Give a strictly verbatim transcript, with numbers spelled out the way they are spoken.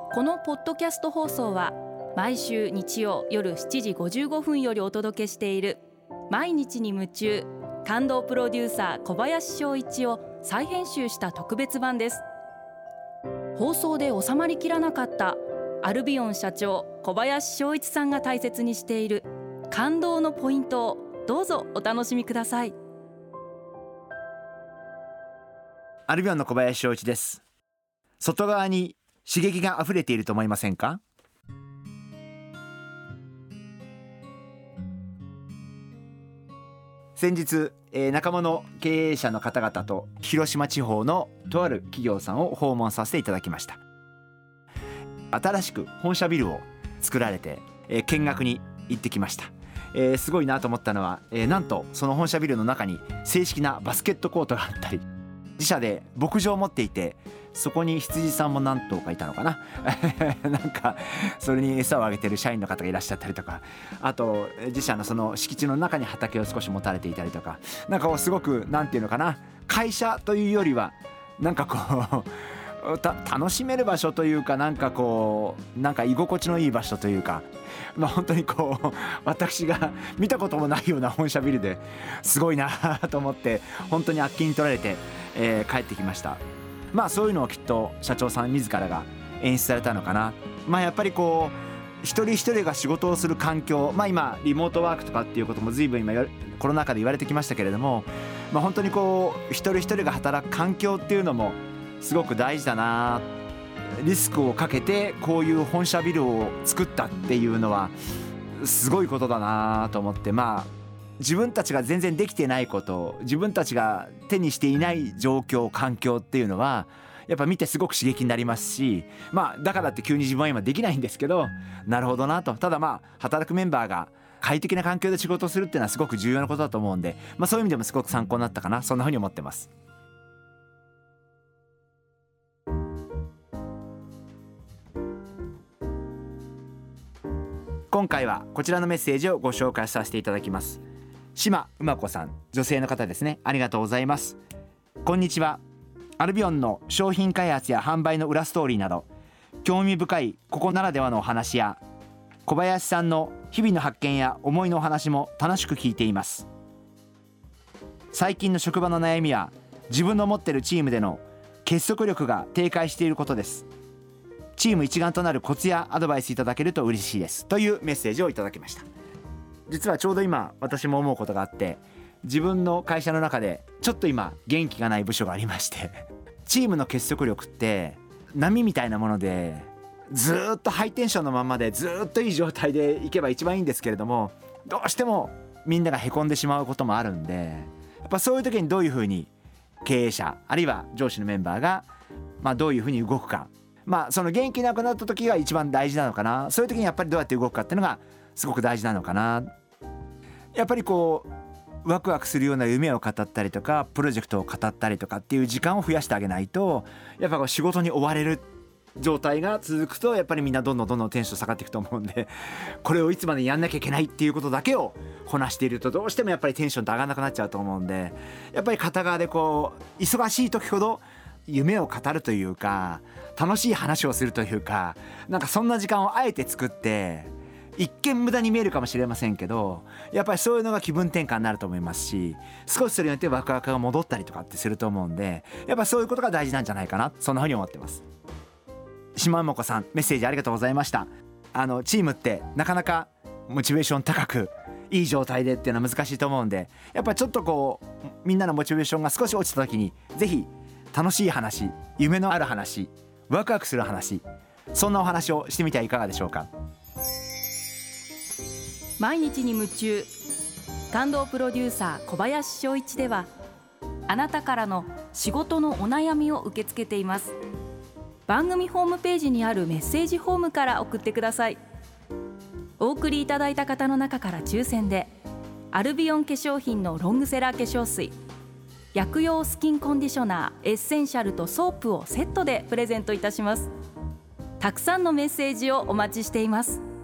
このポッドキャスト放送は毎週日曜夜しちじごじゅうごふんよりお届けしている毎日に夢中感動プロデューサー小林翔一を再編集した特別版です。放送で収まりきらなかったアルビオン社長小林翔一さんが大切にしている感動のポイントをどうぞお楽しみください。 アルビオンの小林翔一です。外側に刺激があふれていると思いませんか？先日、えー、仲間の経営者の方々と広島地方のとある企業さんを訪問させていただきました。新しく本社ビルを作られて、えー、見学に行ってきました。えー、すごいなと思ったのは、えー、なんとその本社ビルの中に正式なバスケットコートがあったり、自社で牧場を持っていて、そこに羊さんも何頭かいたのかななんかそれに餌をあげてる社員の方がいらっしゃったりとか、あと自社のその敷地の中に畑を少し持たれていたりとか、なんかすごくなんていうのかな、会社というよりはなんかこうた楽しめる場所というか、なんかこうなんか居心地のいい場所というか、まあ、本当にこう私が見たこともないような本社ビルですごいなと思って、本当にあっけに取られて、えー、帰ってきました。まあそういうのをきっと社長さん自らが演出されたのかな。まあやっぱりこう一人一人が仕事をする環境、まあ今リモートワークとかっていうことも随分今コロナ禍で言われてきましたけれども、まあ本当にこう一人一人が働く環境っていうのもすごく大事だな。リスクをかけてこういう本社ビルを作ったっていうのはすごいことだなと思って、まあ自分たちが全然できてないこと、自分たちが手にしていない状況環境っていうのはやっぱ見てすごく刺激になりますし、まあだからって急に自分は今できないんですけど、なるほどなと。ただまあ働くメンバーが快適な環境で仕事をするっていうのはすごく重要なことだと思うんで、まあそういう意味でもすごく参考になったかな、そんなふうに思ってます。今回はこちらのメッセージをご紹介させていただきます。島うま子さん、女性の方ですね。ありがとうございます。こんにちは。アルビオンの商品開発や販売の裏ストーリーなど興味深いここならではのお話や、小林さんの日々の発見や思いのお話も楽しく聞いています。最近の職場の悩みは自分の持っているチームでの結束力が低下していることです。チーム一丸となるコツやアドバイスいただけると嬉しいです、というメッセージをいただきました。実はちょうど今私も思うことがあって、自分の会社の中でちょっと今元気がない部署がありましてチームの結束力って波みたいなもので、ずっとハイテンションのままでずっといい状態でいけば一番いいんですけれども、どうしてもみんながへこんでしまうこともあるんで、やっぱそういう時にどういうふうに経営者あるいは上司のメンバーが、まあ、どういうふうに動くか、まあその元気なくなった時が一番大事なのかな。そういう時にやっぱりどうやって動くかっていうのがすごく大事なのかな。やっぱりこうワクワクするような夢を語ったりとか、プロジェクトを語ったりとかっていう時間を増やしてあげないと、やっぱこう仕事に追われる状態が続くと、やっぱりみんなどんどんどんどんテンション下がっていくと思うんで、これをいつまでやんなきゃいけないっていうことだけをこなしていると、どうしてもやっぱりテンションって上がらなくなっちゃうと思うんで、やっぱり片側でこう忙しい時ほど夢を語るというか、楽しい話をするというか、なんかそんな時間をあえて作って、一見無駄に見えるかもしれませんけど、やっぱりそういうのが気分転換になると思いますし、少しそれによってワクワクが戻ったりとかってすると思うんで、やっぱりそういうことが大事なんじゃないかな、そんなふうに思ってます。島もこさん、メッセージありがとうございました。あのチームってなかなかモチベーション高くいい状態でっていうのは難しいと思うんで、やっぱりちょっとこうみんなのモチベーションが少し落ちた時に、ぜひ楽しい話、夢のある話、ワクワクする話、そんなお話をしてみてはいかがでしょうか。 毎日に夢中感動プロデューサー小林翔一では、あなたからの仕事のお悩みを受け付けています。番組ホームページにあるメッセージフォームから送ってください。お送りいただいた方の中から抽選で、アルビオン化粧品のロングセラー化粧水、薬用スキンコンディショナーエッセンシャルとソープをセットでプレゼントいたします。たくさんのメッセージをお待ちしています。